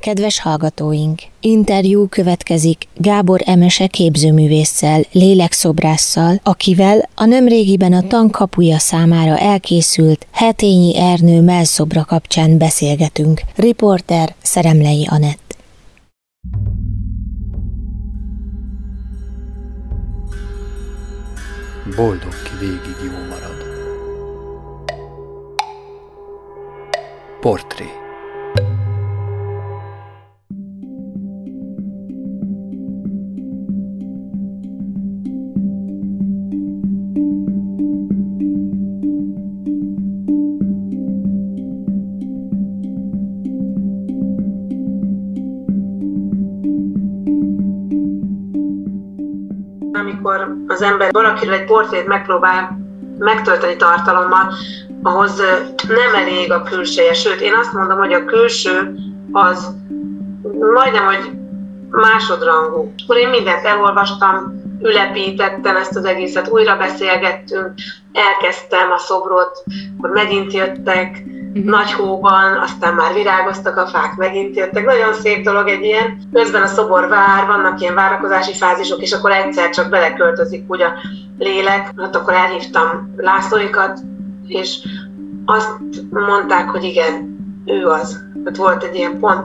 Kedves hallgatóink! Interjú következik Gábor Emese képzőművésszel, lélekszobrásszal, akivel a nemrégiben a Tankapuja számára elkészült Hetényi Ernő mellszobra kapcsán beszélgetünk. Riporter Szeremlei Anett. Boldog, ki végig jó marad. Portré. Amikor az ember valakiről egy portrét megpróbál megtölteni tartalommal, ahhoz nem elég a külseje. Sőt, én azt mondom, hogy a külső az majdnem, hogy másodrangú. Akkor én mindent elolvastam, ülepítettem ezt az egészet, újra beszélgettünk, elkezdtem a szobrot, akkor megint jöttek, nagy hóban, aztán már virágoztak a fák, megint jöttek. Nagyon szép dolog egy ilyen. Közben a szobor vár, vannak ilyen várakozási fázisok, és akkor egyszer csak beleköltözik úgy a lélek. Hát akkor elhívtam Lászlóikat, és azt mondták, hogy igen, ő az. Hát volt egy ilyen pont.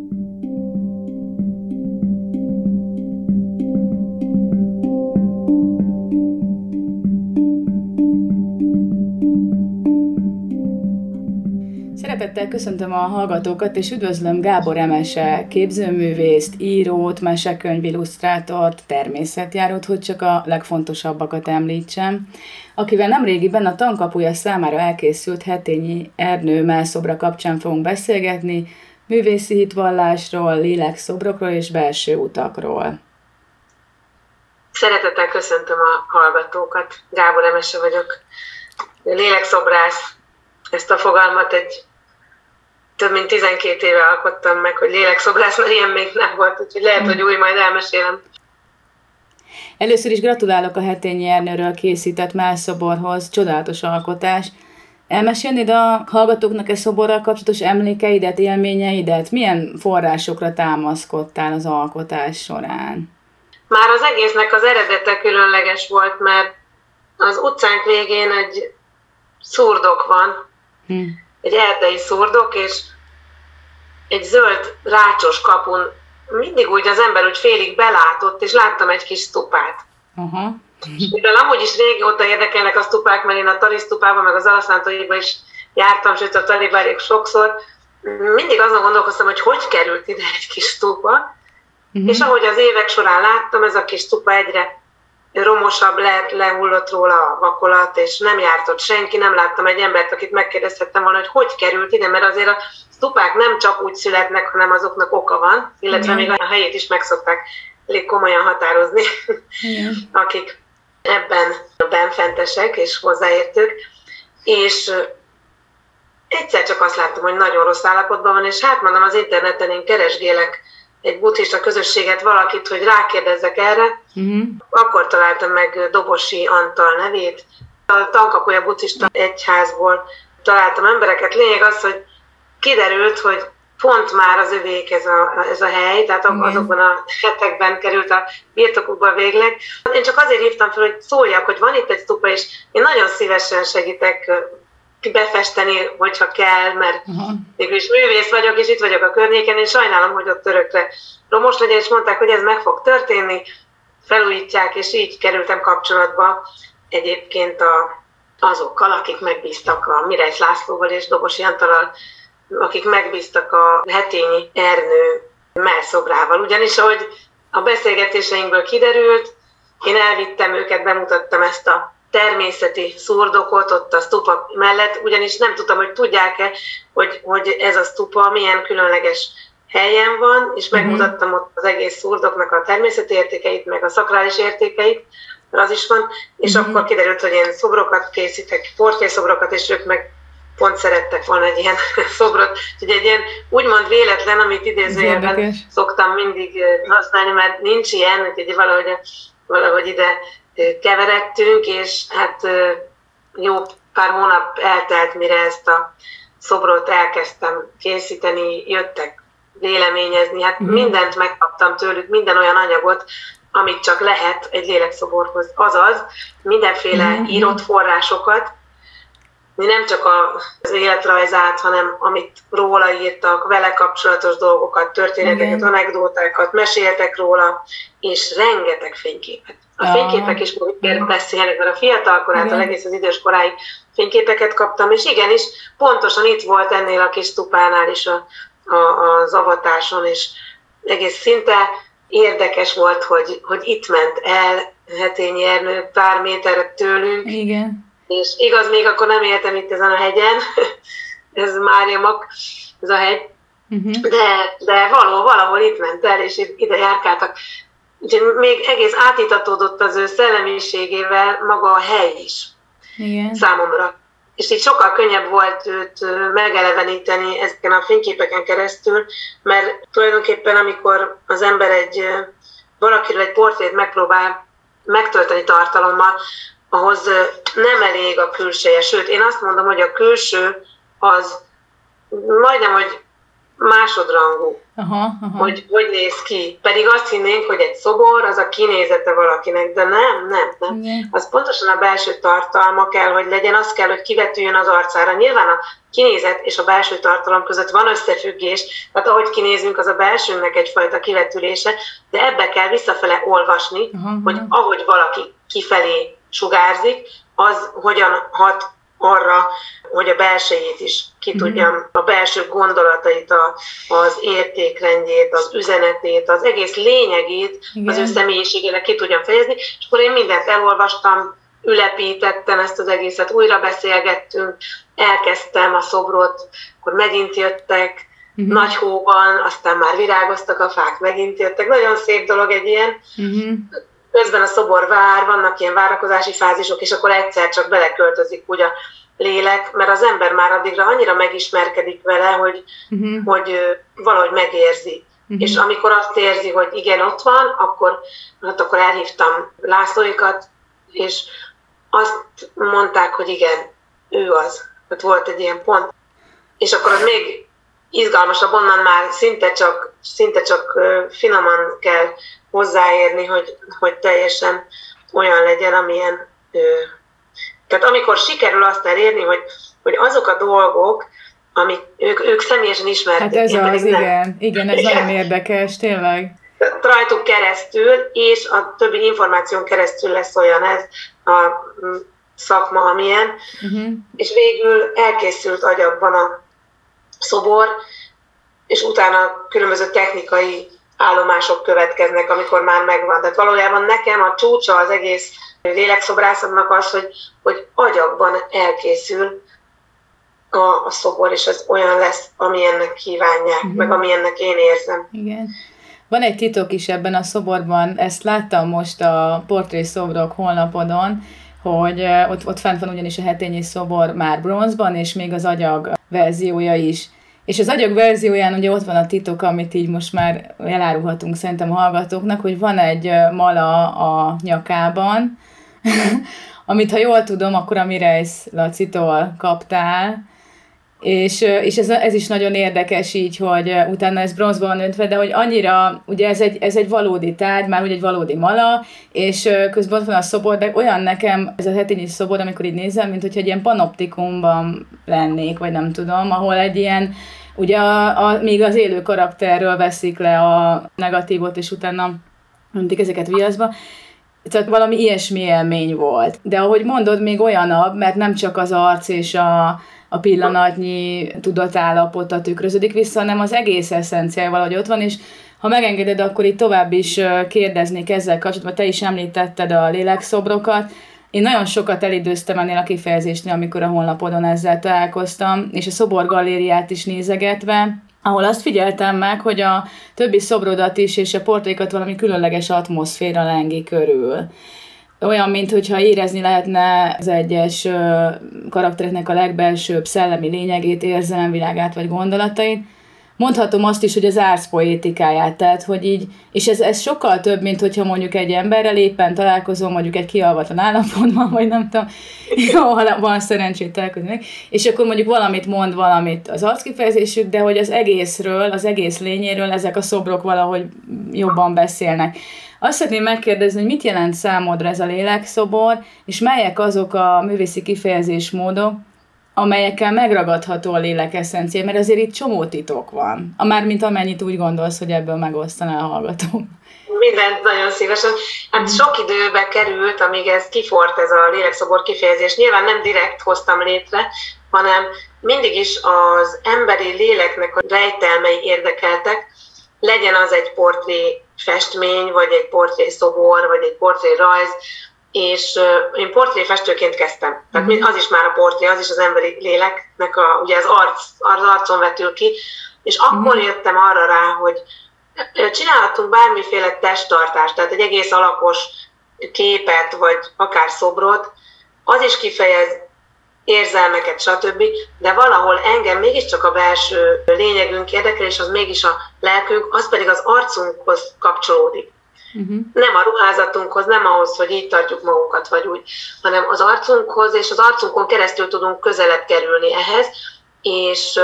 Szeretettel köszöntöm a hallgatókat, és üdvözlöm Gábor Emese képzőművészt, írót, mesekönyv illusztrátort, természetjárót, hogy csak a legfontosabbakat említsem, akivel nemrégiben a Tankapuja számára elkészült Hetényi Ernő mellszobra kapcsán fogunk beszélgetni, művészi hitvallásról, lélekszobrokról és belső utakról. Szeretettel köszöntöm a hallgatókat, Gábor Emese vagyok, lélekszobrász. Ezt a fogalmat több mint 12 éve alkottam meg, hogy lélekszobrász, mert ilyen még nem volt, úgyhogy lehet, hogy új, majd elmesélem. Először is gratulálok a Hetényi Ernőről készített mellszoborhoz, csodálatos alkotás. Elmesélnéd a hallgatóknak e szoborral kapcsolatos emlékeidet, élményeidet? Milyen forrásokra támaszkodtál az alkotás során? Már az egésznek az eredete különleges volt, mert az utcánk végén egy szurdok van, egy erdei szurdok, és egy zöld rácsos kapun mindig úgy az ember úgy félig belátott, és láttam egy kis stupát. Mivel amúgy is régóta érdekelnek a stupák, mert én a Talisztupában, meg az Alaszántóiban is jártam, sőt a Talibárék sokszor, mindig azon gondolkoztam, hogy került ide egy kis stupa, és ahogy az évek során láttam, ez a kis stupa egyre romosabb lett, lehullott róla a vakolat, és nem járt ott senki, nem láttam egy embert, akit megkérdezhettem volna, hogy került ide, mert azért a stupák nem csak úgy születnek, hanem azoknak oka van, illetve még a helyét is megszokták elég komolyan határozni, akik ebben benfentesek és hozzáértők, és egyszer csak azt láttam, hogy nagyon rossz állapotban van, és hát mondom, az interneten én keresgélek egy buddhista közösséget, valakit, hogy rákérdezzek erre, akkor találtam meg Dobosi Antal nevét. A Tankapuja buddhista egyházból találtam embereket. Lényeg az, hogy kiderült, hogy pont már az övék ez a hely, tehát azokban a hetekben került a birtokukba végleg. Én csak azért hívtam fel, hogy szóljak, hogy van itt egy stupa, és én nagyon szívesen segítek befesteni, hogyha kell, mert mégis művész vagyok, és itt vagyok a környéken, és sajnálom, hogy ott örökre romos legyen, és mondták, hogy ez meg fog történni, felújítják, és így kerültem kapcsolatba egyébként azokkal, akik megbíztak a Mirej Lászlóval és Dobosi Antallal, akik megbíztak a Hetényi Ernő mellszobrával. Ugyanis, ahogy a beszélgetéseinkből kiderült, én elvittem őket, bemutattam ezt a természeti szurdokot ott a stupa mellett, ugyanis nem tudtam, hogy tudják-e, hogy ez a stupa milyen különleges helyen van, és megmutattam ott az egész szurdoknak a természeti értékeit, meg a szakrális értékeit, mert az is van, és akkor kiderült, hogy én szobrokat készítek, portrészobrokat, és ők meg pont szerettek volna egy ilyen szobrot. Úgyhogy egy ilyen úgymond véletlen, amit idézőjelben szoktam mindig használni, mert nincs ilyen, úgyhogy valahogy ide keveredtünk, és hát jó pár hónap eltelt, mire ezt a szobrot elkezdtem készíteni, jöttek véleményezni. Hát mindent megkaptam tőlük, minden olyan anyagot, amit csak lehet egy lélekszoborhoz. Azaz, mindenféle írott forrásokat, nem csak az életrajzát, hanem amit róla írtak, vele kapcsolatos dolgokat, történeteket, anekdótákat, meséltek róla, és rengeteg fényképet. A fényképek is most beszélnek, mert a fiatal korától egész az idős koráig fényképeket kaptam, és igenis, pontosan itt volt ennél a kis tupánál is az avatáson, és egész szinte érdekes volt, hogy itt ment el Hetényi Ernő pár méterre tőlünk. Igen. És igaz, még akkor nem éltem itt ezen a hegyen, ez Máriamak, ez a hegy, de valahol itt ment el, és ide járkáltak. Úgyhogy még egész átítatódott az ő szellemiségével maga a hely is. Igen. Számomra. És így sokkal könnyebb volt őt megeleveníteni ezeken a fényképeken keresztül, mert tulajdonképpen amikor az ember valakiről egy portrét megpróbál megtölteni tartalommal, ahhoz nem elég a külseje. Sőt, én azt mondom, hogy a külső az majdnem, hogy másodrangú, hogy néz ki. Pedig azt hinnénk, hogy egy szobor az a kinézete valakinek, de nem. Az pontosan a belső tartalma kell, hogy legyen, az kell, hogy kivetüljön az arcára. Nyilván a kinézet és a belső tartalom között van összefüggés, tehát ahogy kinézünk, az a belsőnknek egyfajta kivetülése, de ebbe kell visszafele olvasni, hogy ahogy valaki kifelé sugárzik, az hogyan hat arra, hogy a belsejét is ki tudjam, a belső gondolatait, az értékrendjét, az üzenetét, az egész lényegét, az ő személyiségének ki tudjam fejezni, és akkor én mindent elolvastam, ülepítettem ezt az egészet, újra beszélgettünk, elkezdtem a szobrot, akkor megint jöttek, nagy hóban, aztán már virágoztak a fák, megint jöttek. Nagyon szép dolog egy ilyen. Közben a szobor vár, vannak ilyen várakozási fázisok, és akkor egyszer csak beleköltözik úgy a lélek, mert az ember már addigra annyira megismerkedik vele, hogy valahogy megérzi. És amikor azt érzi, hogy igen, ott van, akkor elhívtam Lászlóikat, és azt mondták, hogy igen, ő az. Tehát volt egy ilyen pont. És akkor az még izgalmasabb, onnan már szinte csak finoman kell hozzáérni, hogy teljesen olyan legyen, amilyen Tehát amikor sikerül azt elérni, hogy azok a dolgok, amik ők személyesen ismerték. Hát ez az, igen, ez nagyon érdekes, tényleg. Rajtuk keresztül, és a többi információn keresztül lesz olyan ez a szakma, amilyen, és végül elkészült agyagban a szobor, és utána különböző technikai állomások következnek, amikor már megvan. Tehát valójában nekem a csúcsa az egész lélekszobrászatnak az, hogy agyagban elkészül a szobor, és az olyan lesz, amilyennek kívánják, meg amilyennek én érzem. Igen. Van egy titok is ebben a szoborban, ezt láttam most a portrészobrok honlapodon, hogy ott fent van ugyanis a Hetényi szobor már bronzban, és még az agyag verziója is. És az agyag verzióján ugye ott van a titok, amit így most már elárulhatunk szerintem a hallgatóknak, hogy van egy mala a nyakában, amit ha jól tudom, akkor a Mirejsz Lacitól kaptál, és ez is nagyon érdekes így, hogy utána ez bronzban van öntve, de hogy annyira, ugye ez egy valódi tárgy, már ugye egy valódi mala, és közben ott van a szobor, de olyan nekem ez a Hetényi szobor, amikor így nézem, mint hogyha egy ilyen panoptikumban lennék, vagy nem tudom, ahol egy ilyen, ugye még az élő karakterről veszik le a negatívot, és utána öntik ezeket viaszba. Tehát valami ilyesmi élmény volt. De ahogy mondod, még olyanabb, mert nem csak az arc és a pillanatnyi tudatállapota tükröződik vissza, hanem az egész eszenciája valahogy ott van, és ha megengeded, akkor itt tovább is kérdeznék ezzel kapcsolatban, te is említetted a lélekszobrokat. Én nagyon sokat elidőztem ennél a kifejezésnél, amikor a honlapodon ezzel találkoztam, és a szoborgalériát is nézegetve, ahol azt figyeltem meg, hogy a többi szobrodat is és a portrékat valami különleges atmoszféra lengi körül. Olyan, mintha érezni lehetne az egyes karaktereknek a legbelsőbb szellemi lényegét, érzelemvilágát vagy gondolatait. mondhatom azt is, hogy az arcpoétikáját, tehát, hogy így, és ez sokkal több, mint hogyha mondjuk egy emberrel éppen találkozom, mondjuk egy kialvatlan állapotban, vagy nem tudom, ha van szerencsét találkozni, és akkor mondjuk valamit mond valamit az arckifejezésük, de hogy az egészről, az egész lényéről ezek a szobrok valahogy jobban beszélnek. Azt szeretném megkérdezni, hogy mit jelent számodra ez a lélekszobor, és melyek azok a művészi kifejezésmódok, amelyekkel megragadható a lélek eszenciája, mert azért itt csomó titok van. Mármint amennyit úgy gondolsz, hogy ebből megosztaná a hallgató. Mindent nagyon szívesen. Hát sok időbe került, amíg ez kifort, ez a lélekszobor kifejezés. Nyilván nem direkt hoztam létre, hanem mindig is az emberi léleknek a rejtelmei érdekeltek, legyen az egy portré festmény, vagy egy portré szobor, vagy egy portré rajz, és én portréfestőként kezdtem. Tehát az is már a portré, az is az emberi léleknek ugye az arcon vetül ki, és akkor jöttem arra rá, hogy csinálhatunk bármiféle testtartást, tehát egy egész alakos képet, vagy akár szobrot, az is kifejez érzelmeket, stb., de valahol engem mégiscsak a belső lényegünk érdekel, és az mégis a lelkünk, az pedig az arcunkhoz kapcsolódik. Nem a ruházatunkhoz, nem ahhoz, hogy így tartjuk magunkat, vagy úgy, hanem az arcunkhoz, és az arcunkon keresztül tudunk közelebb kerülni ehhez, és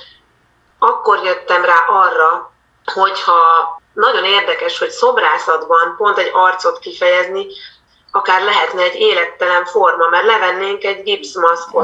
akkor jöttem rá arra, hogyha nagyon érdekes, hogy szobrászatban pont egy arcot kifejezni, akár lehetne egy élettelen forma, mert levennénk egy gipszmaszkot,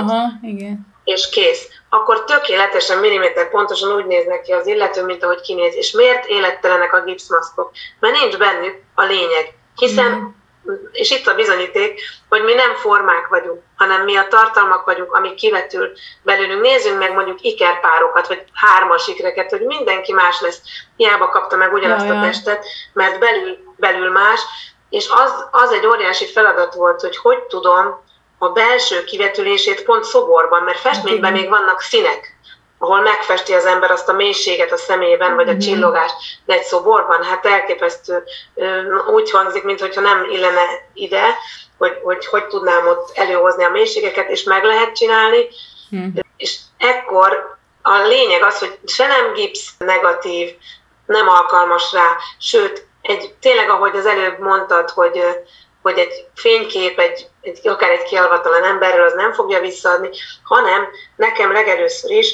és kész. Akkor tökéletesen, milliméter pontosan úgy néznek ki az illető, mint ahogy kinéz. És miért élettelenek a gipszmaszkok? Mert nincs bennük a lényeg. Hiszen, és itt a bizonyíték, hogy mi nem formák vagyunk, hanem mi a tartalmak vagyunk, amik kivetül belőlünk. Nézzünk meg mondjuk ikerpárokat, vagy 3-as ikreket, hogy mindenki más lesz. Hiába kapta meg ugyanazt a testet, mert belül más. És az egy óriási feladat volt, hogy tudom a belső kivetülését pont szoborban, mert festményben még vannak színek, ahol megfesti az ember azt a mélységet a szemében, vagy a csillogást, de egy szoborban, hát elképesztő, úgy hangzik, mintha nem illene ide, hogy tudnám ott előhozni a mélységeket, és meg lehet csinálni, és ekkor a lényeg az, hogy se nem gipsz negatív, nem alkalmas rá, sőt, tényleg, ahogy az előbb mondtad, hogy egy fénykép, akár egy kialvatlan emberről az nem fogja visszaadni, hanem nekem legelőször is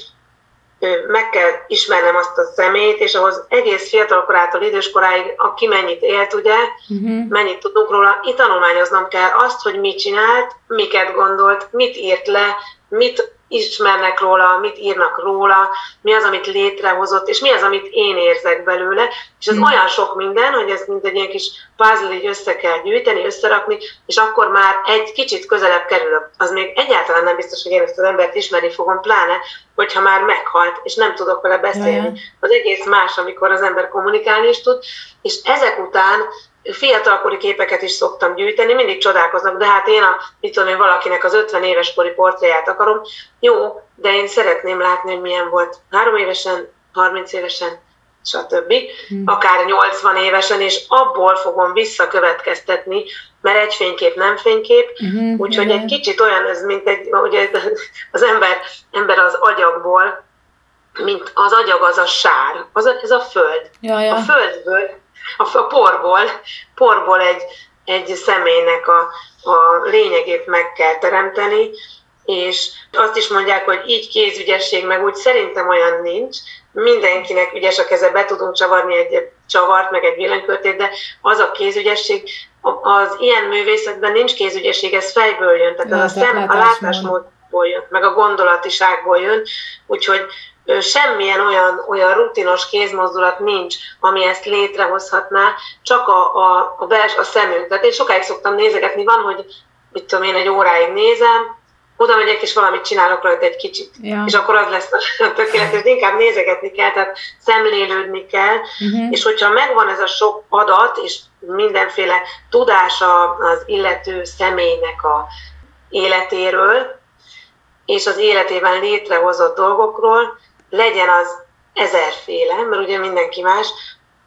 meg kell ismernem azt a személyt, és ahhoz egész fiatalkorától időskoráig, aki mennyit élt, ugye, mennyit tudunk róla, itt tanulmányoznom kell azt, hogy mit csinált, miket gondolt, mit írt le, mit ismernek róla, mit írnak róla, mi az, amit létrehozott, és mi az, amit én érzek belőle, és ez olyan sok minden, hogy ezt mint egy ilyen kis puzzle így össze kell gyűjteni, összerakni, és akkor már egy kicsit közelebb kerülök. Az még egyáltalán nem biztos, hogy én ezt az embert ismerni fogom, pláne, hogyha már meghalt, és nem tudok vele beszélni. Az egész más, amikor az ember kommunikálni is tud, és ezek után fiatalkori képeket is szoktam gyűjteni, mindig csodálkoznak, de hát én valakinek az 50 éves kori portréját akarom. Jó, de én szeretném látni, hogy milyen volt 3 évesen, 30 évesen, stb. Akár 80 évesen, és abból fogom visszakövetkeztetni, mert egy fénykép nem fénykép, úgyhogy egy kicsit olyan ez, mint ugye az ember az agyagból, mint az agyag az a sár, ez a föld. A földből, a porból egy személynek a lényegét meg kell teremteni, és azt is mondják, hogy így kézügyesség, meg úgy szerintem olyan nincs. Mindenkinek ügyes a keze, be tudunk csavarni egy csavart, meg egy villanykörtét, de az a kézügyesség, az ilyen művészetben nincs kézügyesség, ez fejből jön, tehát a látásmódból jön, meg a gondolatiságból jön, úgyhogy semmilyen olyan rutinos kézmozdulat nincs, ami ezt létrehozhatná, csak a szemünk. Tehát én sokáig szoktam nézegetni, van, hogy mit tudom én, egy óráig nézem, oda megyek, és valamit csinálok rajta egy kicsit. Ja. És akkor az lesz a tökéletes, inkább nézegetni kell, tehát szemlélődni kell, és hogyha megvan ez a sok adat, és mindenféle tudása az illető személynek a életéről, és az életében létrehozott dolgokról, legyen az 1000-féle, mert ugye mindenki más,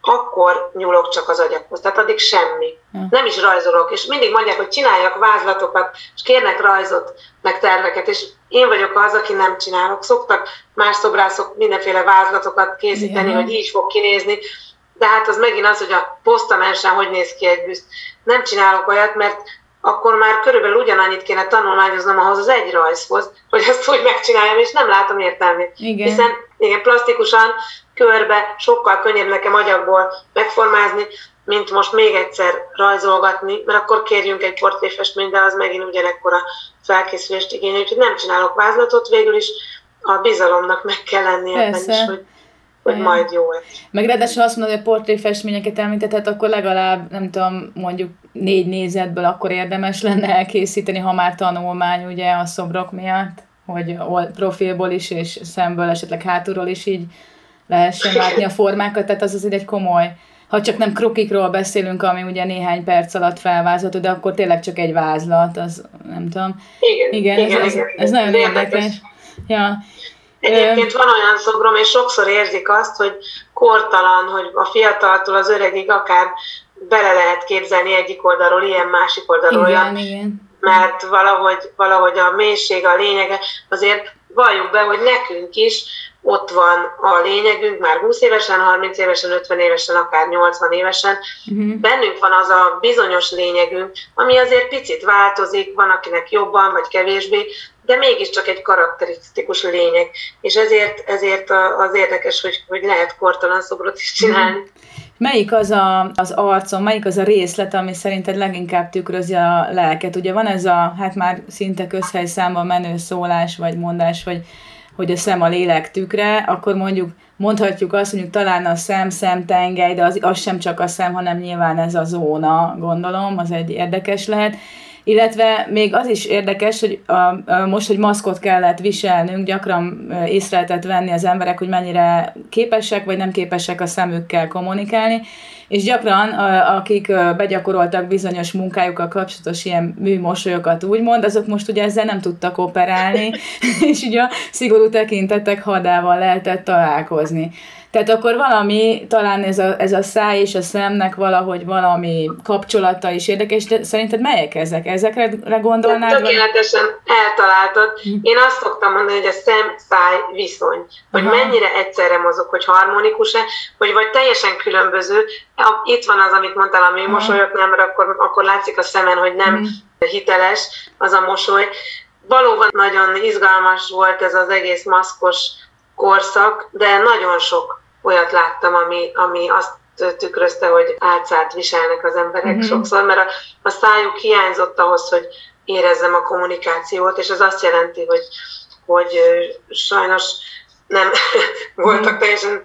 akkor nyúlok csak az agyakhoz, tehát addig semmi. Nem is rajzolok, és mindig mondják, hogy csináljak vázlatokat, és kérnek rajzot, meg terveket, és én vagyok az, aki nem csinálok. Szoktak más szobrászok mindenféle vázlatokat készíteni, hogy így fog kinézni, de hát az megint az, hogy a posztamensen hogy néz ki egy bűszt. Nem csinálok olyat, mert akkor már körülbelül ugyanannyit kéne tanulmányoznom ahhoz az egy rajzhoz, hogy ezt úgy megcsináljam, és nem látom értelmét. Igen. Hiszen igen, plastikusan, körbe sokkal könnyebb nekem agyagból megformázni, mint most még egyszer rajzolgatni, mert akkor kérjünk egy portréfestményt, de az megint ugyanekkora felkészülést igényel, úgyhogy nem csinálok vázlatot, végül is a bizalomnak meg kell lennie ebben is, hogy majd jó lesz. Meg ráadásul azt mondod, hogy a portréfestményeket említetted, akkor legalább, nem tudom, mondjuk 4 nézetből akkor érdemes lenne elkészíteni, ha már tanulmány ugye a szobrok miatt, hogy profilból is és szemből, esetleg hátulról is így lehessen látni a formákat, tehát az azért egy komoly, ha csak nem krokikról beszélünk, ami ugye néhány perc alatt felvázolható, de akkor tényleg csak egy vázlat, az nem tudom. Igen, ez nagyon érdekes. Ja. Egyébként van olyan szobrom, és sokszor érzik azt, hogy kortalan, hogy a fiataltól az öregig akár bele lehet képzelni egyik oldalról, ilyen másik oldalról olyan, mert valahogy a mélység, a lényege, azért valljuk be, hogy nekünk is ott van a lényegünk, már 20 évesen, 30 évesen, 50 évesen, akár 80 évesen. Bennünk van az a bizonyos lényegünk, ami azért picit változik, van akinek jobban vagy kevésbé, de mégiscsak egy karakterisztikus lényeg. És ezért az érdekes, hogy lehet kortalan szobrot is csinálni. Melyik az arcon, melyik az a részlet, ami szerinted leginkább tükrözi a lelket? Ugye van ez a, hát már szinte közhelyszámban menő szólás vagy mondás, hogy a szem a lélek tükre, akkor mondhatjuk azt, mondjuk talán a szemtengely, de az sem csak a szem, hanem nyilván ez a zóna, gondolom, az egy érdekes lehet. Illetve még az is érdekes, hogy most, hogy maszkot kellett viselnünk, gyakran észre lehetett venni az emberek, hogy mennyire képesek vagy nem képesek a szemükkel kommunikálni, és gyakran akik begyakoroltak bizonyos munkájukkal kapcsolatos ilyen műmosolyokat úgymond, azok most ugye ezzel nem tudtak operálni, és ugye a szigorú tekintetek hadával lehetett találkozni. Tehát akkor valami, talán ez a száj és a szemnek valahogy valami kapcsolata is érdekes, de szerinted melyek ezek? Ezekre gondolnád? Tökéletesen eltaláltad. Én azt szoktam mondani, hogy a szem-száj viszony, hogy mennyire egyszerre mozog, hogy harmonikus-e, vagy teljesen különböző. Itt van az, amit mondtál, ami mosolyoknál, mert akkor látszik a szemen, hogy nem hiteles az a mosoly. Valóban nagyon izgalmas volt ez az egész maszkos korszak, de nagyon sok olyat láttam, ami azt tükrözte, hogy álcát viselnek az emberek sokszor, mert a szájuk hiányzott ahhoz, hogy érezzem a kommunikációt, és ez azt jelenti, hogy sajnos nem voltak teljesen,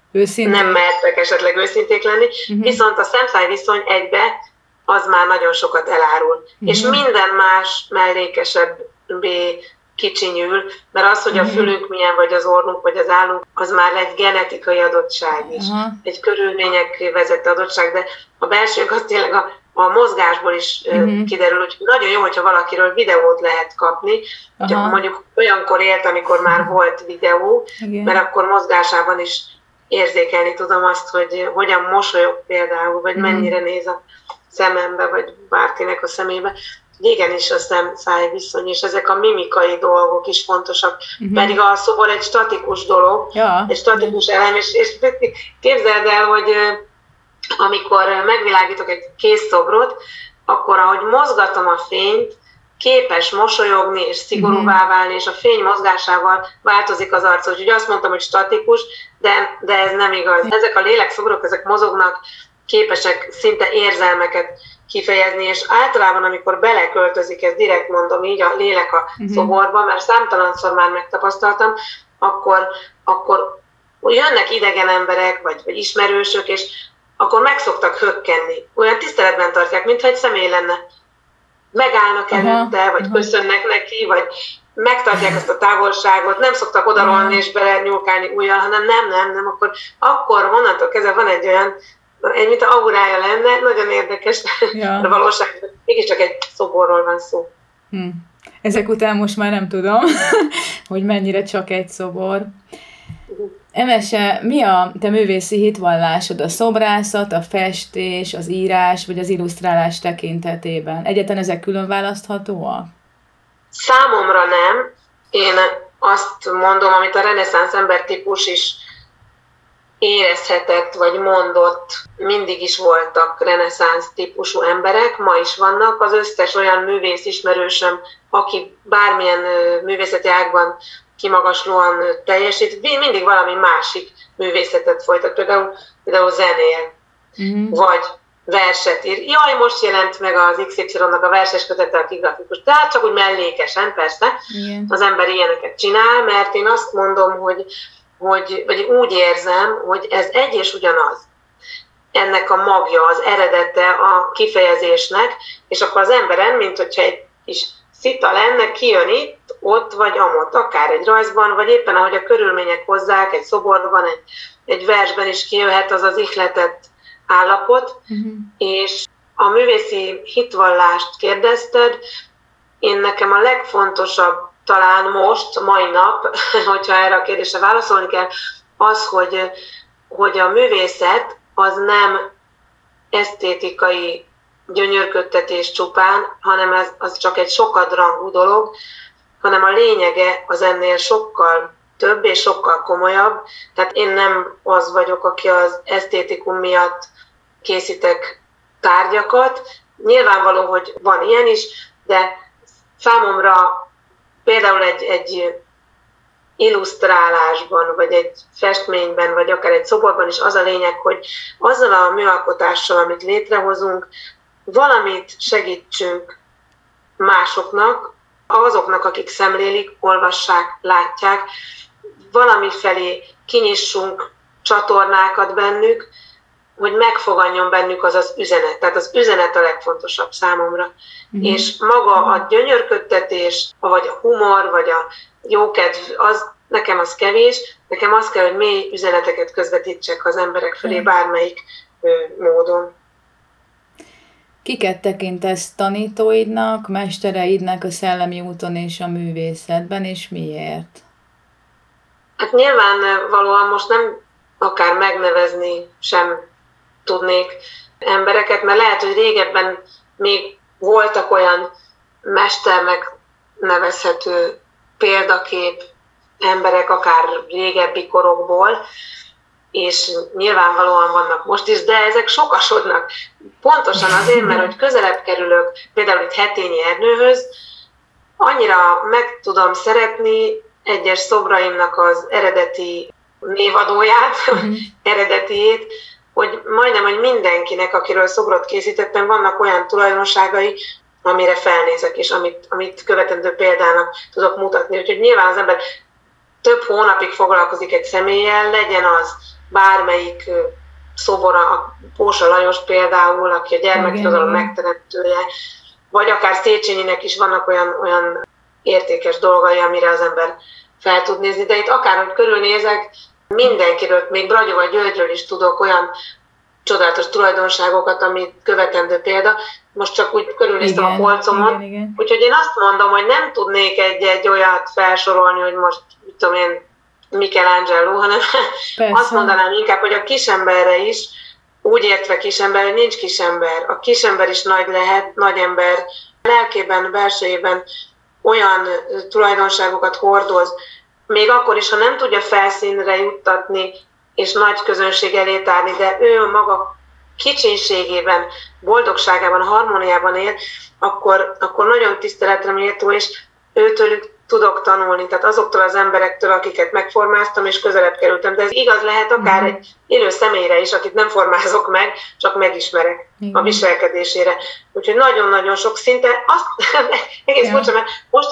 nem mertek esetleg őszinték lenni, viszont a szemszáj viszony egybe az már nagyon sokat elárul, és minden más mellékesebbé kicsinyül, mert az, hogy a fülünk milyen, vagy az orrunk, vagy az állunk, az már egy genetikai adottság is. Egy körülmények vezette adottság, de a belsőnk az tényleg a mozgásból is kiderül, hogy nagyon jó, hogyha valakiről videót lehet kapni, hogyha mondjuk olyankor élt, amikor már volt videó, mert akkor mozgásában is érzékelni tudom azt, hogy hogyan mosolyog például, vagy mennyire néz a szemembe, vagy bárkinek a szemébe. Igenis a szem-száj viszony, és ezek a mimikai dolgok is fontosak, pedig a szobor egy statikus dolog, egy statikus elem, és képzeld el, hogy amikor megvilágítok egy készszobrot, akkor ahogy mozgatom a fényt, képes mosolyogni és szigorúvá válni, és a fény mozgásával változik az arc. Úgyhogy azt mondtam, hogy statikus, de ez nem igaz. Ezek a lélekszobrok, ezek mozognak, képesek szinte érzelmeket kifejezni, és általában, amikor beleköltözik, ezt direkt mondom így, a lélek a szoborba, mert számtalanszor már megtapasztaltam, akkor jönnek idegen emberek, vagy ismerősök, és akkor meg szoktak hökkenni. Olyan tiszteletben tartják, mintha egy személy lenne. Megállnak előtte, vagy köszönnek neki, vagy megtartják ezt a távolságot, nem szoktak odarolni és belenyúlkálni ujjal, hanem nem, akkor onnantól kezdve van egy olyan, mint aurája lenne, nagyon érdekes, de valóságban mégiscsak egy szoborról van szó. Ezek után most már nem tudom, hogy mennyire csak egy szobor. Emese, mi a te művészi hitvallásod? A szobrászat, a festés, az írás, vagy az illusztrálás tekintetében? Egyáltalán ezek külön választhatóak? Számomra nem. Én azt mondom, amit a reneszánsz embertípus is érezhetett, vagy mondott, mindig is voltak reneszánsz típusú emberek, ma is vannak. Az összes olyan művész ismerősöm, aki bármilyen művészeti ágban kimagaslóan teljesít, mindig valami másik művészetet folytat, például zenél, vagy verset ír. Jaj, most jelent meg az XY-nak a verses kötete, aki grafikus. Tehát csak úgy mellékesen, persze, az ember ilyeneket csinál, mert én azt mondom, vagy úgy érzem, hogy ez egy és ugyanaz. Ennek a magja, az eredete a kifejezésnek, és akkor az emberen, mint hogyha egy kis szita lenne, kijön itt, ott vagy amott, akár egy rajzban, vagy éppen ahogy a körülmények hozzák, egy szoborban, egy versben is kijöhet az az ihletett állapot, és a művészi hitvallást kérdezted, nekem a legfontosabb talán most, mai nap, hogyha erre a kérdésre válaszolni kell, az, hogy a művészet az nem esztétikai gyönyörködtetés csupán, hanem az csak egy sokadrangú dolog, hanem a lényege az ennél sokkal több és sokkal komolyabb. Tehát én nem az vagyok, aki az esztétikum miatt készítek tárgyakat. Nyilvánvaló, hogy van ilyen is, de számomra például egy illusztrálásban, vagy egy festményben, vagy akár egy szoborban is az a lényeg, hogy azzal a műalkotással, amit létrehozunk, valamit segítsünk másoknak, azoknak, akik szemlélik, olvassák, látják, valami felé kinyissunk csatornákat bennük, hogy megfoganjon bennük az az üzenet. Tehát az üzenet a legfontosabb számomra. És maga a gyönyörködtetés, vagy a humor, vagy a jókedv, nekem az kevés, nekem az kell, hogy mély üzeneteket közvetítsek az emberek felé bármelyik módon. Kiket tekintesz tanítóidnak, mestereidnek a szellemi úton és a művészetben, és miért? Hát nyilvánvalóan most nem akár megnevezni sem tudnék embereket, mert lehet, hogy régebben még voltak olyan mesternek nevezhető példakép emberek, akár régebbi korokból, és nyilvánvalóan vannak most is, de ezek sokasodnak. Pontosan azért, mert hogy közelebb kerülök például itt Hetényi Ernőhöz, annyira meg tudom szeretni egyes szobraimnak az eredeti névadóját, eredetiét, hogy majdnem, hogy mindenkinek, akiről szobrot készítettem, vannak olyan tulajdonságai, amire felnézek, és amit követendő példának tudok mutatni. Úgyhogy nyilván az ember több hónapig foglalkozik egy személlyel, legyen az bármelyik szobor, a Pósa Lajos például, aki a gyermekirodalom megteremtője, vagy akár Széchenyinek is vannak olyan értékes dolgai, amire az ember fel tud nézni, de itt akárhogy körülnézek, mindenkiről, még Bragyóval Györgyről is tudok olyan csodálatos tulajdonságokat, ami követendő példa. Most csak úgy körülnéztem a polcomon. Igen. Úgyhogy én azt mondom, hogy nem tudnék egy olyat felsorolni, hogy most, mit tudom én, Michelangelo, hanem azt mondanám inkább, hogy a kisemberre is, úgy értve kisember, hogy nincs kisember. A kisember is nagy lehet, nagy ember. Lelkében, belsejében olyan tulajdonságokat hordoz, még akkor is, ha nem tudja felszínre juttatni, és nagy közönség elé tárni, de ő maga kicsinségében, boldogságában, harmóniában él, akkor nagyon tiszteletre méltó, és őtőlük tudok tanulni, tehát azoktól az emberektől, akiket megformáztam, és közelebb kerültem. De ez igaz lehet akár egy élő személyre is, akit nem formázok meg, csak megismerek a viselkedésére. Úgyhogy nagyon-nagyon sok szinte, egész furcsa, mert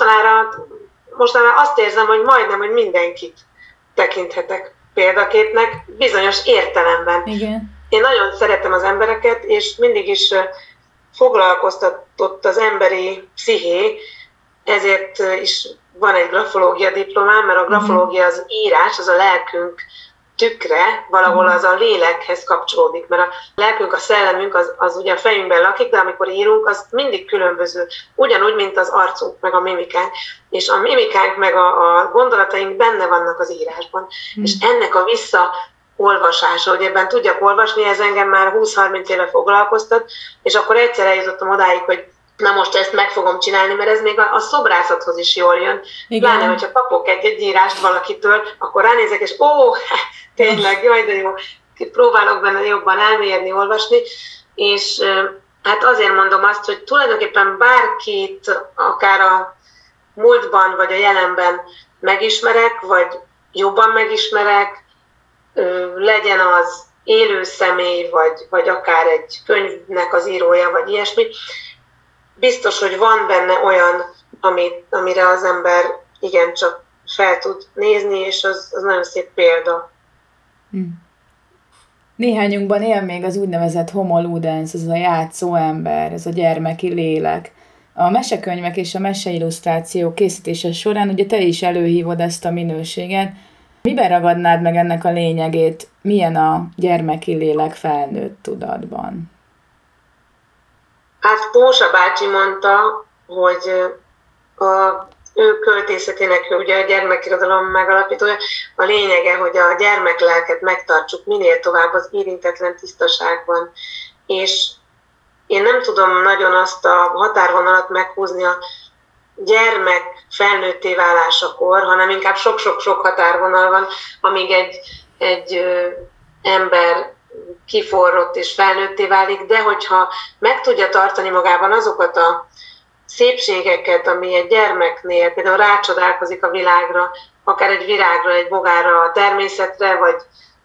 mostanában azt érzem, hogy majdnem, hogy mindenkit tekinthetek példaképnek, bizonyos értelemben. Igen. Én nagyon szeretem az embereket, és mindig is foglalkoztatott az emberi psziché, ezért is van egy grafológia diplomám, mert a grafológia az írás, az a lelkünk tükre valahol az a lélekhez kapcsolódik, mert a lelkünk, a szellemünk az ugye a fejünkben lakik, de amikor írunk, az mindig különböző, ugyanúgy, mint az arcunk, meg a mimikánk, és a mimikánk, meg a gondolataink benne vannak az írásban, és ennek a visszaolvasása, hogy ebben tudjak olvasni, ez engem már 20-30 éve foglalkoztat, és akkor egyszer eljutottam odáig, hogy na most ezt meg fogom csinálni, mert ez még a szobrászathoz is jól jön. Pláne, hogyha kapok egy írást valakitől, akkor ránézek, és tényleg, jaj, de jó, próbálok benne jobban elmérni, olvasni, és hát azért mondom azt, hogy tulajdonképpen bárkit, akár a múltban, vagy a jelenben megismerek, vagy jobban megismerek, legyen az élő személy, vagy akár egy könyvnek az írója, vagy ilyesmi, biztos, hogy van benne olyan, amire az ember igencsak fel tud nézni, és az nagyon szép példa. Néhányunkban él még az úgynevezett homo ludens, ez a játszó ember, ez a gyermeki lélek. A mesekönyvek és a meseillusztráció készítése során ugye te is előhívod ezt a minőséget. Miben ragadnád meg ennek a lényegét? Milyen a gyermeki lélek felnőtt tudatban? Hát Pósa bácsi mondta, hogy ő költészetének, ugye a gyermekirodalom megalapítója, a lényege, hogy a gyermeklelket megtartsuk minél tovább az érintetlen tisztaságban. És én nem tudom nagyon azt a határvonalat meghúzni a gyermek felnőtté válásakor, hanem inkább sok-sok-sok határvonal van, amíg egy ember kiforrott és felnőtté válik, de hogyha meg tudja tartani magában azokat a szépségeket, ami egy gyermeknél, például rácsodálkozik a világra, akár egy virágra, egy bogára, a természetre, vagy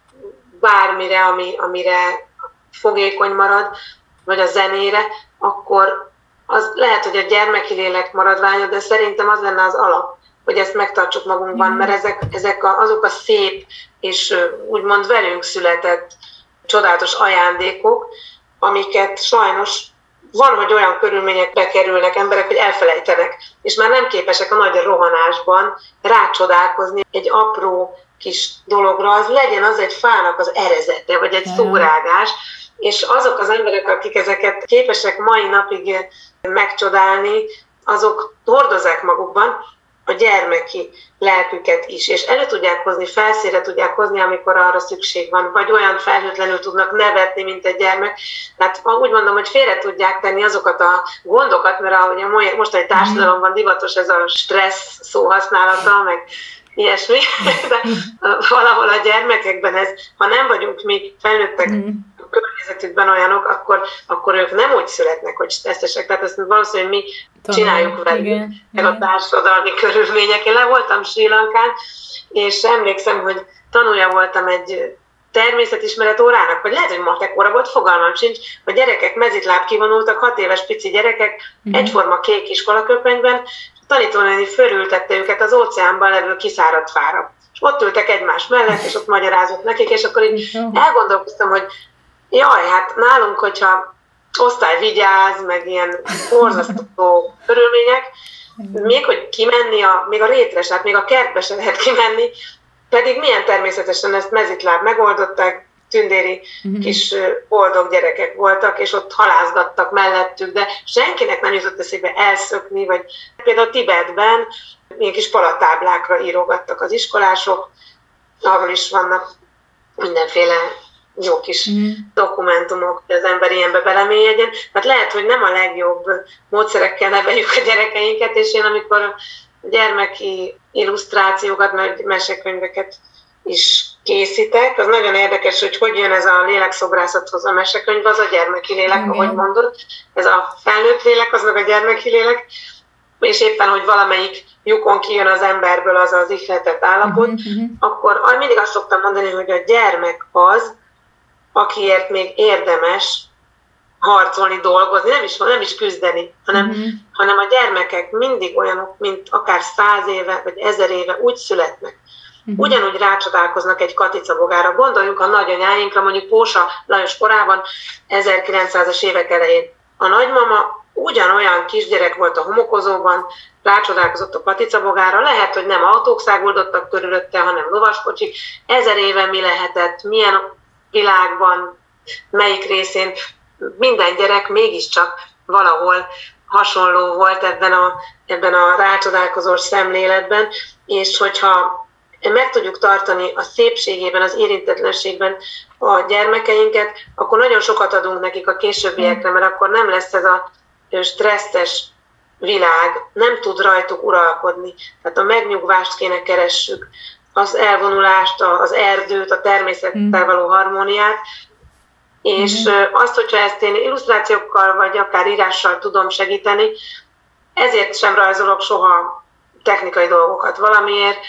bármire, amire fogékony marad, vagy a zenére, akkor az lehet, hogy a gyermeki lélek maradványa, de szerintem az lenne az alap, hogy ezt megtartsuk magunkban, mert azok a szép és úgymond velünk született csodálatos ajándékok, amiket sajnos van, hogy olyan körülményekbe kerülnek emberek, hogy elfelejtenek, és már nem képesek a nagy rohanásban rácsodálkozni egy apró kis dologra, az legyen az egy fának az erezete, vagy egy szórágás, és azok az emberek, akik ezeket képesek mai napig megcsodálni, azok hordozzák magukban a gyermeki lelküket is, és elő tudják hozni, felszínre tudják hozni, amikor arra szükség van, vagy olyan felhőtlenül tudnak nevetni, mint egy gyermek. Tehát úgy mondom, hogy félre tudják tenni azokat a gondokat, mert ahogy a mostani társadalomban divatos ez a stressz szó használata, meg ilyesmi, de valahol a gyermekekben ez, ha nem vagyunk mi felnőttek környezetükben olyanok, akkor ők nem úgy születnek, hogy stresszesek. Tehát ezt valószínűleg mi csináljuk velük, meg a társadalmi körülmények. Én le voltam Srí Lankán, és emlékszem, hogy tanulja voltam egy természetismeret órának, vagy lehet, hogy matek óra volt, fogalmam sincs, a gyerekek mezitláb kivonultak, 6 éves pici gyerekek, egyforma kék iskolaköpenyben, a tanítónéni fölültette őket az óceánban levő kiszáradt fára. És ott ültek egymás mellett, és ott magyarázott nekik, és akkor így elgondolkoztam, hogy jaj, hát nálunk, hogyha osztály vigyáz, meg ilyen borzasztó körülmények, még hogy kimenni, még a rétre, hát még a kertbe se lehet kimenni, pedig milyen természetesen ezt mezitláb megoldották, tündéri kis boldog gyerekek voltak, és ott halászgattak mellettük, de senkinek nem jutott eszébe elszökni, vagy például Tibetben ilyen kis palatáblákra írogattak az iskolások, arról is vannak mindenféle jó kis dokumentumok, hogy az ember ilyenbe belemélyedjen. Tehát lehet, hogy nem a legjobb módszerekkel neveljük a gyerekeinket, és én amikor a gyermeki illusztrációkat, meg mesekönyveket is készítek, az nagyon érdekes, hogy jön ez a lélekszobrászathoz a mesekönyv, az a gyermeki lélek, ahogy mondod, ez a felnőtt lélek, az meg a gyermeki lélek, és éppen, hogy valamelyik lyukon kijön az emberből az az ihletett állapot, akkor mindig azt szoktam mondani, hogy a gyermek az, akiért még érdemes harcolni, dolgozni, nem is küzdeni, hanem a gyermekek mindig olyanok, mint akár 100 éve, vagy 1000 éve úgy születnek. Ugyanúgy rácsodálkoznak egy katicabogára. Gondoljunk a nagyanyáinkra, mondjuk Pósa Lajos korában, 1900-as évek elején. A nagymama ugyanolyan kisgyerek volt a homokozóban, rácsodálkozott a paticabogára, lehet, hogy nem autók száguldottak körülötte, hanem lovaskocsik. 1000 éve mi lehetett, milyen világban, melyik részén, minden gyerek mégiscsak valahol hasonló volt ebben a rácsodálkozós szemléletben, és hogyha meg tudjuk tartani a szépségében, az érintetlenségben a gyermekeinket, akkor nagyon sokat adunk nekik a későbbiekre, mert akkor nem lesz ez a stresszes világ, nem tud rajtuk uralkodni. Tehát a megnyugvást kéne keressük, az elvonulást, az erdőt, a természettel való harmóniát, és azt, hogyha ezt én illusztrációkkal vagy akár írással tudom segíteni, ezért sem rajzolok soha technikai dolgokat. Valamiért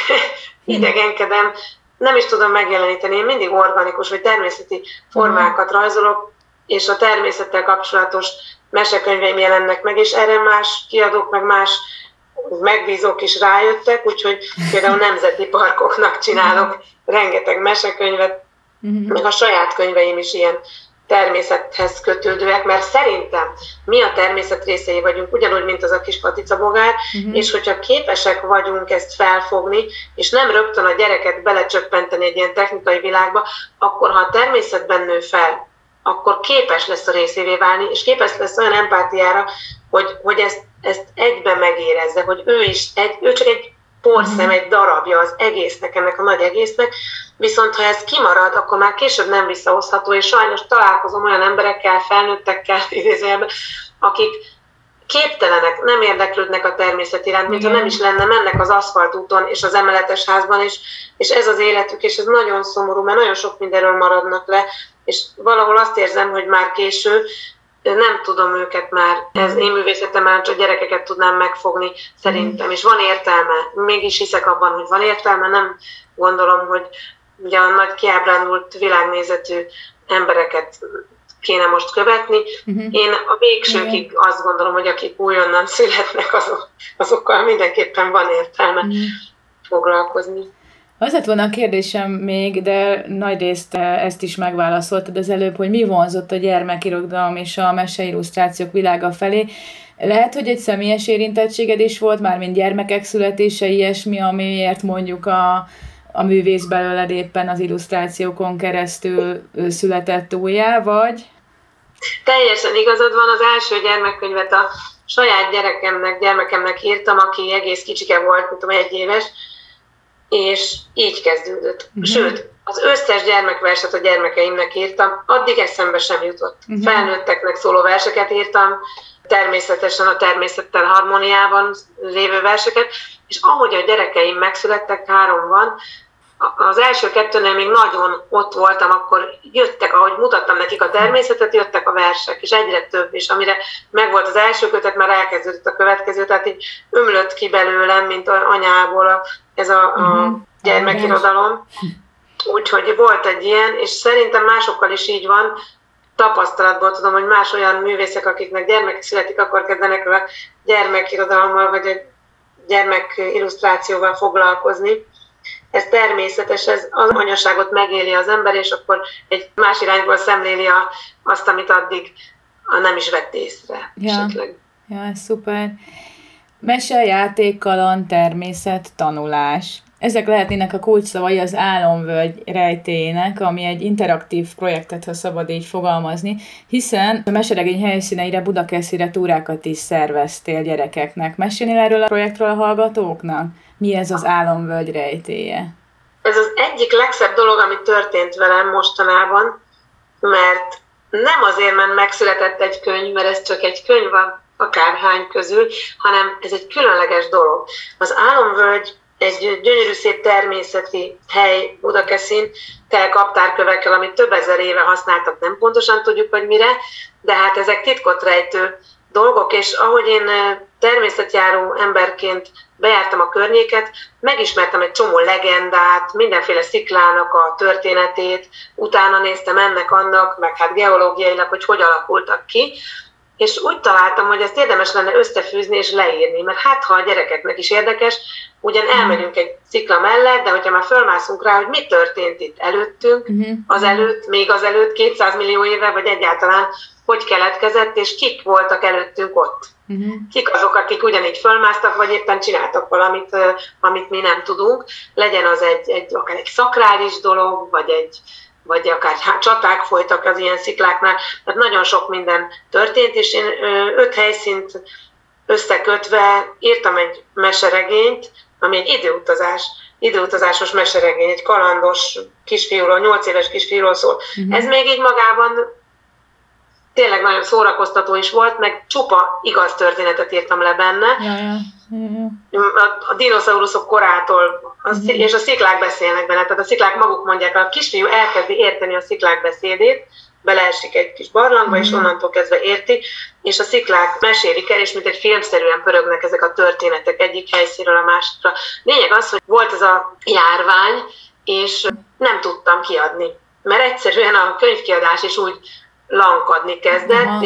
idegenkedem, nem is tudom megjeleníteni. Én mindig organikus vagy természeti formákat rajzolok, és a természettel kapcsolatos mesekönyveim jelennek meg, és erre más kiadók, meg más megbízók is rájöttek, úgyhogy például nemzeti parkoknak csinálok rengeteg mesekönyvet, meg a saját könyveim is ilyen természethez kötődőek, mert szerintem mi a természet részei vagyunk, ugyanúgy, mint az a kis paticabogár, és hogyha képesek vagyunk ezt felfogni, és nem rögtön a gyereket belecsöppenteni egy ilyen technikai világba, akkor ha a természetben nő fel, akkor képes lesz a részévé válni, és képes lesz olyan empátiára, hogy ezt egyben megérezze, hogy ő csak egy porszem, egy darabja az egésznek, ennek a nagy egésznek, viszont ha ez kimarad, akkor már később nem visszahozható, és sajnos találkozom olyan emberekkel, felnőttekkel, idézőjelben, akik képtelenek, nem érdeklődnek a természet iránt, mintha nem is lenne, mennek az aszfaltúton és az emeletes házban, és ez az életük, és ez nagyon szomorú, mert nagyon sok mindenről maradnak le, és valahol azt érzem, hogy már késő, nem tudom őket már, ez én művészetemben csak gyerekeket tudnám megfogni szerintem, és van értelme, mégis hiszek abban, hogy van értelme, nem gondolom, hogy ugye a nagy kiábrándult világnézetű embereket kéne most követni. Én a végsőkig azt gondolom, hogy akik újonnan születnek, azokkal mindenképpen van értelme foglalkozni. Az lett volna a kérdésem még, de nagyrészt ezt is megválaszoltad az előbb, hogy mi vonzott a gyermekirodalom és a meseillusztrációk világa felé. Lehet, hogy egy személyes érintettséged is volt, mármint gyermekek születése, ilyesmi, amiért mondjuk a művész belőled éppen az illusztrációkon keresztül született újjá, vagy? Teljesen igazad van, az első gyermekkönyvet a saját gyermekemnek írtam, aki egész kicsike volt, mint 1 éves, és így kezdődött. Sőt, az összes gyermekverset a gyermekeimnek írtam, addig eszembe sem jutott. Felnőtteknek szóló verseket írtam, természetesen a természettel harmóniában lévő verseket, és ahogy a gyerekeim megszülettek, 3 van, az első 2-nél még nagyon ott voltam, akkor jöttek, ahogy mutattam nekik a természetet, jöttek a versek, és egyre több, és amire megvolt az első kötet, már elkezdődött a következő, tehát így ömlött ki belőlem, mint anyából ez a gyermekirodalom. Úgyhogy volt egy ilyen, és szerintem másokkal is így van, tapasztalatból tudom, hogy más olyan művészek, akiknek gyermek születik, akkor kezdenek a gyermekirodalommal, vagy a gyermekillusztrációval foglalkozni. Ez természetes, ez az anyaságot megéli az ember, és akkor egy más irányból szemléli azt, amit addig nem is vett észre. Ja, szuper. Mese, játék, kaland, természet, tanulás. Ezek lehetnének a kulcsszavai az Álomvölgy rejtélyének, ami egy interaktív projektet, ha szabad így fogalmazni, hiszen a meseregény helyszíneire, Budakeszire túrákat is szerveztél gyerekeknek. Mesélnél erről a projektről a hallgatóknak? Mi ez az Álomvölgy rejtélye? Ez az egyik legszebb dolog, ami történt velem mostanában, mert nem azért, mert megszületett egy könyv, mert ez csak egy könyv van akárhány közül, hanem ez egy különleges dolog. Az Álomvölgy egy gyönyörű szép természeti hely Budakeszin, tele kaptárkövekkel, amit több ezer éve használtak, nem pontosan tudjuk, hogy mire, de hát ezek titkot rejtő dolgok, és ahogy én természetjáró emberként bejártam a környéket, megismertem egy csomó legendát, mindenféle sziklának a történetét, utána néztem ennek, annak, meg hát geológiailag, hogy alakultak ki, és úgy találtam, hogy ezt érdemes lenne összefűzni és leírni, mert hát ha a gyerekeknek is érdekes, ugyan elmegyünk egy szikla mellett, de hogyha már fölmászunk rá, hogy mi történt itt előttünk, még azelőtt 200 millió éve, vagy egyáltalán hogy keletkezett, és kik voltak előttünk ott. Kik azok, akik ugyanígy fölmásztak, vagy éppen csináltak valamit, amit mi nem tudunk. Legyen az akár egy szakrális dolog, vagy akár csaták folytak az ilyen szikláknál. Tehát nagyon sok minden történt, és én 5 helyszínt összekötve írtam egy meseregényt, ami egy időutazásos meseregény, egy kalandos kisfiúról, 8 éves kisfiúról szól. Ez még így magában tényleg nagyon szórakoztató is volt, meg csupa igaz történetet írtam le benne. A dinoszauruszok korától, és a sziklák beszélnek benne, tehát a sziklák maguk mondják, a kisfiú elkezdi érteni a sziklák beszédét, beleesik egy kis barlangba, és onnantól kezdve érti, és a sziklák mesélik el, és mint egy filmszerűen pörögnek ezek a történetek egyik helyszínről a másikra. Lényeg az, hogy volt ez a járvány, és nem tudtam kiadni, mert egyszerűen a könyvkiadás is úgy lankadni kezdett,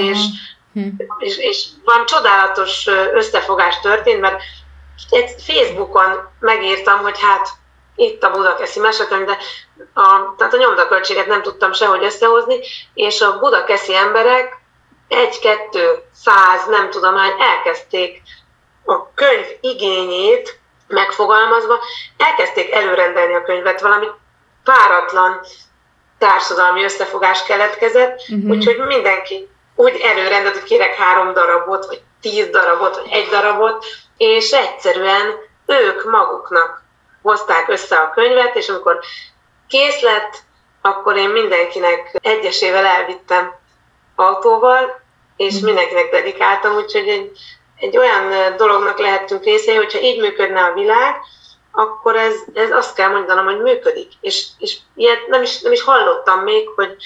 és valami csodálatos összefogás történt, mert egy Facebookon megírtam, hogy hát itt a Budakeszi Mesekönyv, de tehát a nyomdaköltséget nem tudtam sehogy összehozni, és a budakeszi emberek 1-2-100, nem tudom hány, elkezdték a könyv igényét megfogalmazva, elkezdték előrendelni a könyvet, valami páratlan társadalmi összefogás keletkezett, úgyhogy mindenki úgy előrendelt, hogy kérek 3 darabot, vagy 10 darabot, vagy 1 darabot, és egyszerűen ők maguknak hozták össze a könyvet, és amikor kész lett, akkor én mindenkinek egyesével elvittem autóval, és mindenkinek dedikáltam, úgyhogy egy olyan dolognak lehettünk részei, hogyha így működne a világ, akkor ez azt kell mondanom, hogy működik. És ilyet nem is hallottam még,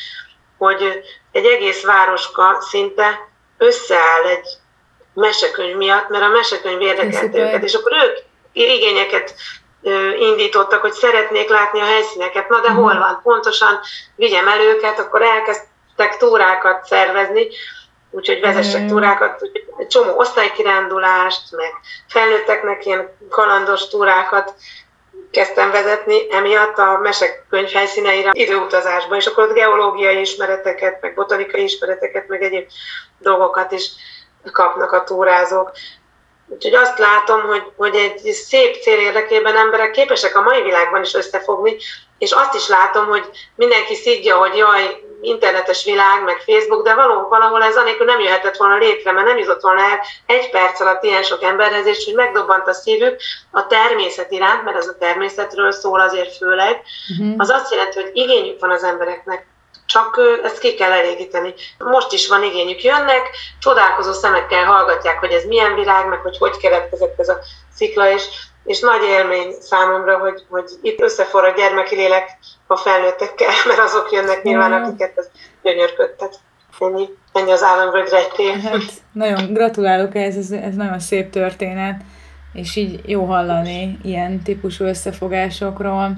hogy egy egész városka szinte összeáll egy mesekönyv miatt, mert a mesekönyv érdekelte őket, és akkor ők igényeket indítottak, hogy szeretnék látni a helyszíneket, na de hol van, pontosan vigyem el őket, akkor elkezdtek túrákat szervezni, úgyhogy vezessek túrákat, egy csomó osztálykirándulást, meg felnőtteknek ilyen kalandos túrákat kezdtem vezetni, emiatt a mesekönyv helyszíneire időutazásba, és akkor ott geológiai ismereteket, meg botanikai ismereteket, meg egyéb dolgokat is kapnak a túrázók. Úgyhogy azt látom, hogy egy szép cél érdekében emberek képesek a mai világban is összefogni, és azt is látom, hogy mindenki szidja, hogy jaj, internetes világ, meg Facebook, de valahol ez anélkül nem jöhetett volna létre, mert nem jutott volna el 1 perc alatt ilyen sok emberhez, és hogy megdobbant a szívük a természet iránt, mert ez a természetről szól azért főleg, az azt jelenti, hogy igényük van az embereknek, csak ezt ki kell elégíteni. Most is van igényük, jönnek, csodálkozó szemekkel hallgatják, hogy ez milyen világ, meg hogy keletkezett ez a szikla, és nagy élmény számomra, hogy itt összeforrad gyermeki lélek a felnőttekkel, mert azok jönnek nyilván, akiket ez gyönyörködtet. Ennyi az államvölgy rejtély. Hát, nagyon gratulálok ehhez, ez nagyon szép történet, és így jó hallani ilyen típusú összefogásokról.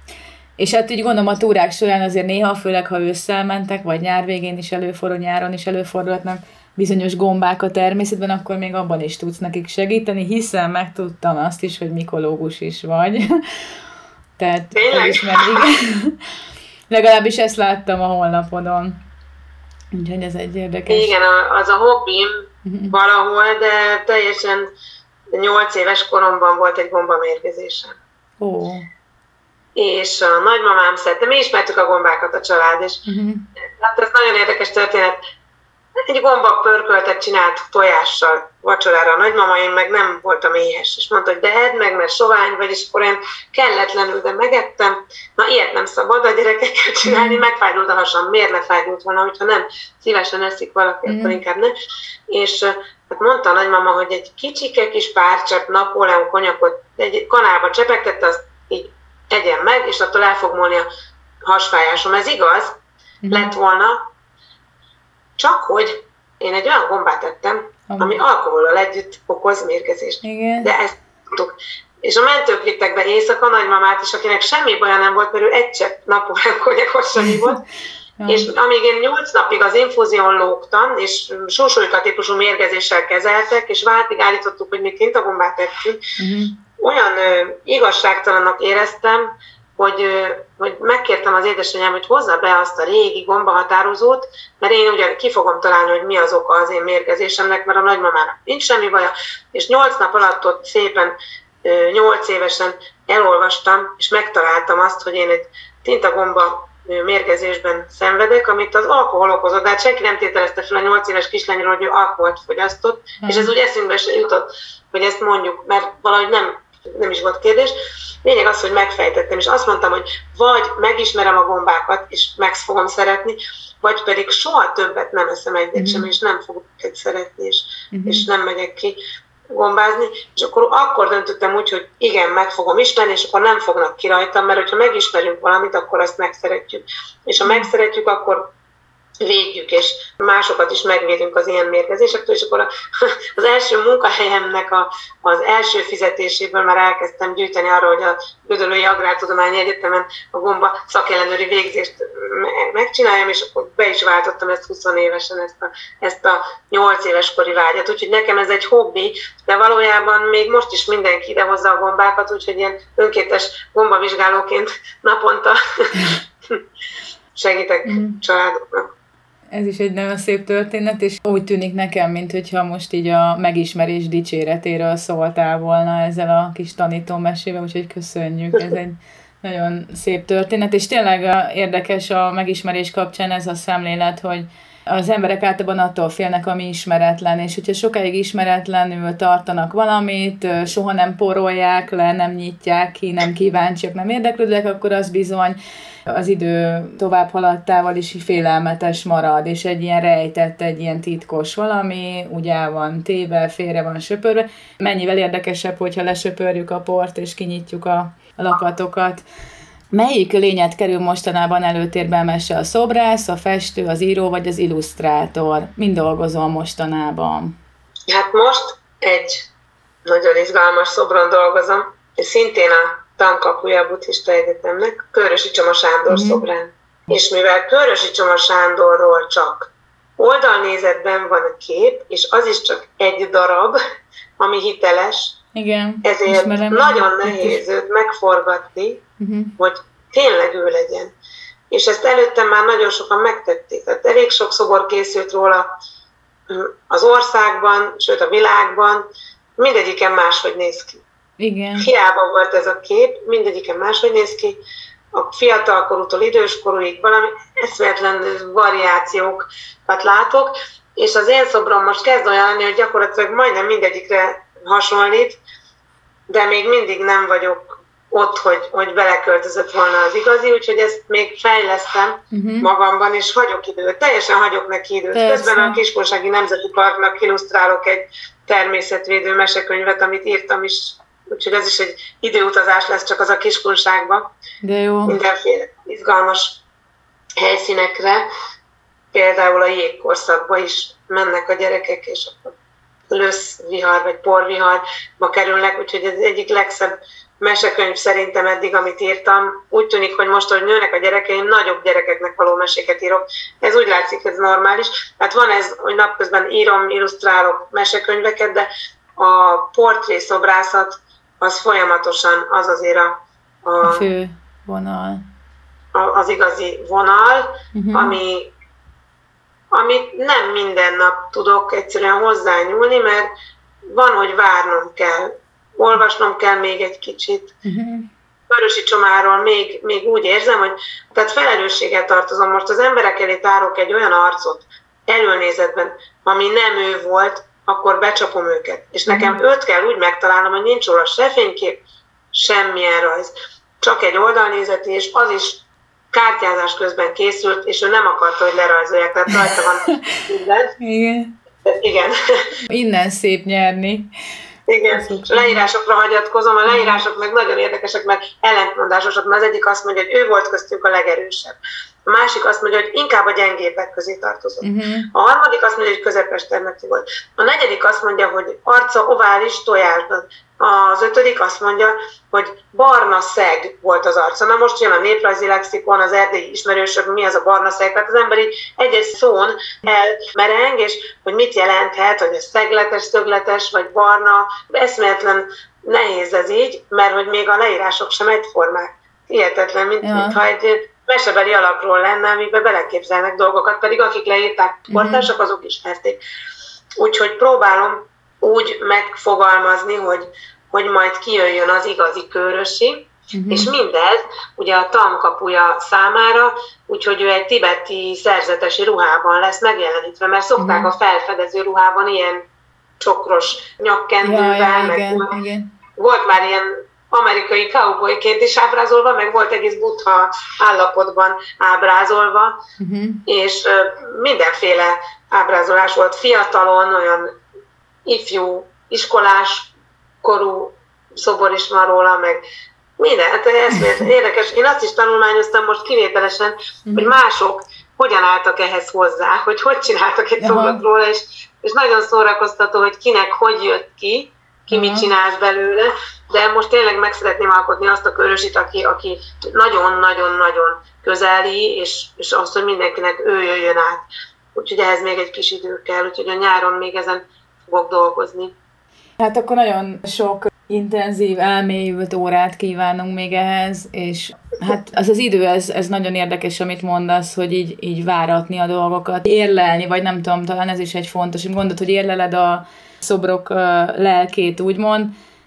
És hát így gondolom a túrák során azért néha, főleg ha ősszel mentek, vagy nyár végén is nyáron is előfordulhatnak bizonyos gombák a természetben, akkor még abban is tudsz nekik segíteni, hiszen megtudtam azt is, hogy mikológus is vagy. Tehát legalábbis ezt láttam a honlapodon. Úgyhogy ez egy érdekes. Igen, az a hobbim valahol, de teljesen 8 éves koromban volt egy gombamérgezésem. És a nagymamám szedte, mi ismertük a gombákat a család, és hát ez nagyon érdekes történet. Egy gomba pörköltet csinált tojással vacsorára a nagymama, én meg nem voltam éhes, és mondta, hogy de edd meg, mert sovány vagy, és akkor én kelletlenül, de megettem. Na, ilyet nem szabad a gyerekekkel csinálni, megfájdult a hasam, miért ne fájdult volna, hogyha nem szívesen eszik valaki, akkor inkább ne. És hát mondta a nagymama, hogy egy kicsike kis párcsepp Napóleon konyakot egy kanálba csepegtette, azt így egyen meg, és attól el fog múlni a hasfájásom. Ez igaz, lett volna, csak hogy én egy olyan gombát ettem, ami alkohollal együtt okoz mérgezést. Igen. De ezt tudtuk. És a mentők vittek be éjszaka nagymamát is, akinek semmi baja nem volt, mert ő egy csepp Napóleon konyakot sem volt, És amíg én 8 napig az infúzión lógtam, és sósúlyka típusú mérgezéssel kezeltek, és váltig állítottuk, hogy mi tintagombát tettünk, olyan igazságtalannak éreztem, hogy megkértem az édesanyám, hogy hozza be azt a régi gombahatározót, mert én ugyan ki fogom találni, hogy mi az oka az én mérgezésemnek, mert a nagymamának nincs semmi baja, és 8 nap alatt ott szépen 8 évesen elolvastam, és megtaláltam azt, hogy én egy tintagomba mérgezésben szenvedek, amit az alkohol okozott, de hát senki nem tételezte fel a 8 éves kislányról, hogy ő alkoholt fogyasztott, és ez úgy eszünkbe se jutott, hogy ezt mondjuk, mert valahogy nem is volt kérdés. Lényeg az, hogy megfejtettem, és azt mondtam, hogy vagy megismerem a gombákat, és meg fogom szeretni, vagy pedig soha többet nem eszem egyet sem, és nem fogok őket szeretni, és nem megyek ki gombázni, és akkor döntöttem úgy, hogy igen, meg fogom ismerni, és akkor nem fognak ki rajtam, mert hogyha megismerünk valamit, akkor azt megszeretjük. És ha megszeretjük, akkor védjük, és másokat is megvédünk az ilyen mérgezésektől, és akkor az első munkahelyemnek az első fizetéséből már elkezdtem gyűjteni arra, hogy a Gödöllői Agrártudományi Egyetemen a gomba szakellenőri végzést megcsináljam, és akkor be is váltottam ezt 20 évesen, ezt a 8 éves kori vágyat. Úgyhogy nekem ez egy hobbi, de valójában még most is mindenki idehozza a gombákat, úgyhogy ilyen önkéntes gombavizsgálóként naponta segítek családoknak. Ez is egy nagyon szép történet, és úgy tűnik nekem, mintha most így a megismerés dicséretéről szóltál volna ezzel a kis tanítómesével, úgyhogy köszönjük, ez egy nagyon szép történet, és tényleg érdekes a megismerés kapcsán ez a szemlélet, hogy az emberek általában attól félnek, ami ismeretlen, és hogyha sokáig ismeretlenül tartanak valamit, soha nem porolják le, nem nyitják ki, nem kíváncsiak, nem érdeklődnek, akkor az bizony az idő tovább haladtával is félelmetes marad, és egy ilyen rejtett, egy ilyen titkos valami, úgy el van téve, félre van söpörve. Mennyivel érdekesebb, hogyha lesöpörjük a port, és kinyitjuk a lakatokat. Melyik lényed kerül mostanában előtérbe, mese? A szobrász, a festő, az író vagy az illusztrátor? Mind dolgozol mostanában? Hát most egy nagyon izgalmas szobron dolgozom, és szintén a tankapuja Buddhista Egyetemnek, Körösi Csoma Sándor szobrán. És mivel Körösi Csoma Sándorról csak oldalnézetben van a kép, és az is csak egy darab, ami hiteles, igen, ezért nagyon nehéz őt megforgatni, hogy tényleg ő legyen. És ezt előttem már nagyon sokan megtették. Tehát elég sok szobor készült róla az országban, sőt a világban, mindegyiken máshogy néz ki. Igen. Hiába volt ez a kép, mindegyiken máshogy néz ki. A fiatalkorútól időskorúig valami eszméletlen variációkat látok, és az én szobrom most kezd olyan lenni, hogy gyakorlatilag majdnem mindegyikre hasonlít, de még mindig nem vagyok ott, hogy beleköltözött volna az igazi, úgyhogy ezt még fejlesztem magamban, és hagyok időt. Teljesen hagyok neki időt. Persze. Közben a Kiskunsági Nemzeti Parknak illusztrálok egy természetvédő mesekönyvet, amit írtam is, úgyhogy ez is egy időutazás lesz, csak az a Kiskunságba. De jó. Mindenféle izgalmas helyszínekre, például a jégkorszakba is mennek a gyerekek, és akkor löszvihar vagy porviharba kerülnek, úgyhogy ez egyik legszebb mesekönyv szerintem eddig, amit írtam. Úgy tűnik, hogy most, hogy nőnek a gyerekeim, nagyobb gyerekeknek való meséket írok. Ez úgy látszik, ez normális. Tehát van ez, hogy napközben írom, illusztrálok mesekönyveket, de a portrészobrászat az folyamatosan az azért a fő vonal. Az igazi vonal, amit nem minden nap tudok egyszerűen hozzányúlni, mert van, hogy várnom kell, olvasnom kell még egy kicsit. Körösi Csomáról még úgy érzem, hogy tehát felelősséggel tartozom. Most az emberek elé tárok egy olyan arcot előnézetben, ami nem ő volt, akkor becsapom őket. És nekem őt kell úgy megtalálnom, hogy nincs róla se fénykép, semmilyen rajz. Csak egy oldalnézeti, és az is kártyázás közben készült, és ő nem akarta, hogy lerajzolják, tehát rajta van minden. Igen. Igen. Innen szép nyerni. Igen, leírásokra hagyatkozom, a leírások meg nagyon érdekesek, mert ellentmondásosak, mert az egyik azt mondja, hogy ő volt köztünk a legerősebb. a másik azt mondja, hogy inkább a gyengébbek közé tartozott. A harmadik azt mondja, hogy közepes termetű volt. A negyedik azt mondja, hogy arca ovális tojásban. Az ötödik azt mondja, hogy barna szeg volt az arca. Na most jön a néprajzi lexikon, az erdélyi ismerősök, mi az a barna szeg. Tehát az ember így egy-egy szón elmereng, és hogy mit jelenthet, hogy ez szegletes, szögletes, vagy barna. Eszméletlen nehéz ez így, mert hogy még a leírások sem egyformák. Hihetetlen, mintha egy mesebeli alapról lenne, amiben beleképzelnek dolgokat, pedig akik leírták kortársak, azok ismerték. Úgyhogy próbálom úgy megfogalmazni, hogy majd kijöjjön az igazi Kőrösi, és mindez ugye a Tankapuja számára, úgyhogy ő egy tibeti szerzetesi ruhában lesz megjelenítve, mert szokták a felfedező ruhában ilyen csokros nyakkendővel, igen. Volt már ilyen amerikai cowboyként is ábrázolva, meg volt egész buddha állapotban ábrázolva, és mindenféle ábrázolás volt fiatalon, olyan ifjú, iskolás korú szobor is van róla, meg minden. Hát ez érdekes. Én azt is tanulmányoztam most kivételesen, hogy mások hogyan álltak ehhez hozzá, hogy csináltak egy szobrot róla, és nagyon szórakoztató, hogy kinek hogy jött ki mit csinált belőle, de most tényleg meg szeretném alkotni azt a Kőrösit, aki nagyon-nagyon-nagyon közeli, és azt, hogy mindenkinek ő jöjjön át. Úgyhogy ehhez még egy kis idő kell, úgyhogy a nyáron még ezen fogok dolgozni. Hát akkor nagyon sok intenzív, elmélyült órát kívánunk még ehhez, és hát az idő, ez nagyon érdekes, amit mondasz, hogy így váratni a dolgokat, érlelni, vagy nem tudom, talán ez is egy fontos, hogy mondod, hogy érleled a szobrok lelkét, úgymond,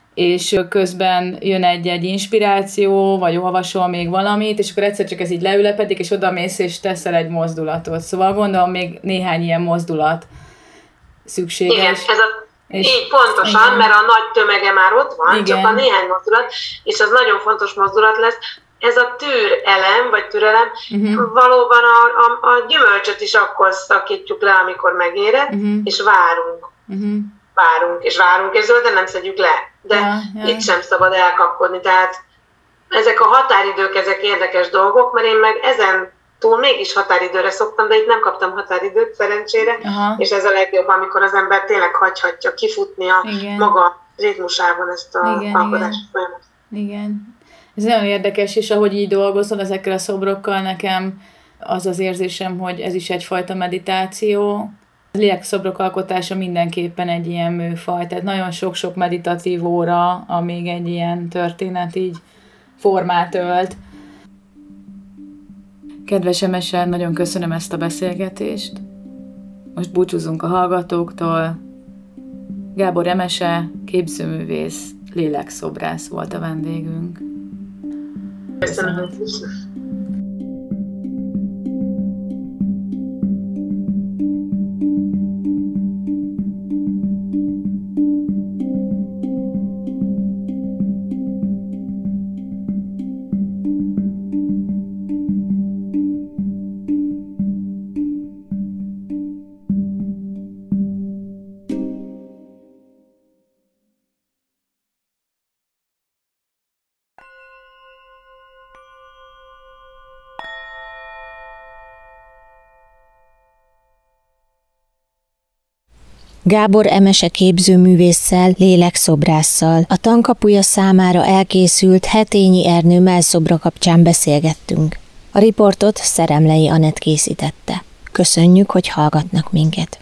és közben jön egy inspiráció, vagy olvasol még valamit, és akkor egyszer csak ez így leülepedik, és odamész, és teszel egy mozdulatot. Szóval gondolom még néhány ilyen mozdulat szükséges. Igen, így pontosan, igen. Mert a nagy tömege már ott van, igen. Csak a néhány mozdulat, és az nagyon fontos mozdulat lesz. Ez a türelem, vagy türelem, valóban a gyümölcsöt is akkor szakítjuk le, amikor megérett, és várunk. Várunk, és zölden nem szedjük le. De itt sem szabad elkapkodni. Tehát ezek a határidők, ezek érdekes dolgok, mert én meg ezen túl mégis határidőre szoktam, de itt nem kaptam határidőt szerencsére, és ez a legjobb, amikor az ember tényleg hagyhatja kifutni a maga ritmusában ezt a alkodási folyamatot. Igen. Ez nagyon érdekes, és ahogy így dolgozol ezekkel a szobrokkal, nekem az az érzésem, hogy ez is egyfajta meditáció. A lélekszobrok alkotása mindenképpen egy ilyen műfaj, tehát nagyon sok-sok meditatív óra, amíg egy ilyen történet így formát ölt. Kedves Emese, nagyon köszönöm ezt a beszélgetést. Most búcsúzunk a hallgatóktól. Gábor Emese, képzőművész, lélekszobrász volt a vendégünk. Köszönöm. Gábor Emese képzőművésszel, lélekszobrásszal a Tankapuja számára elkészült Hetényi Ernő mellszobra kapcsán beszélgettünk. A riportot Szeremlei Anett készítette. Köszönjük, hogy hallgatnak minket.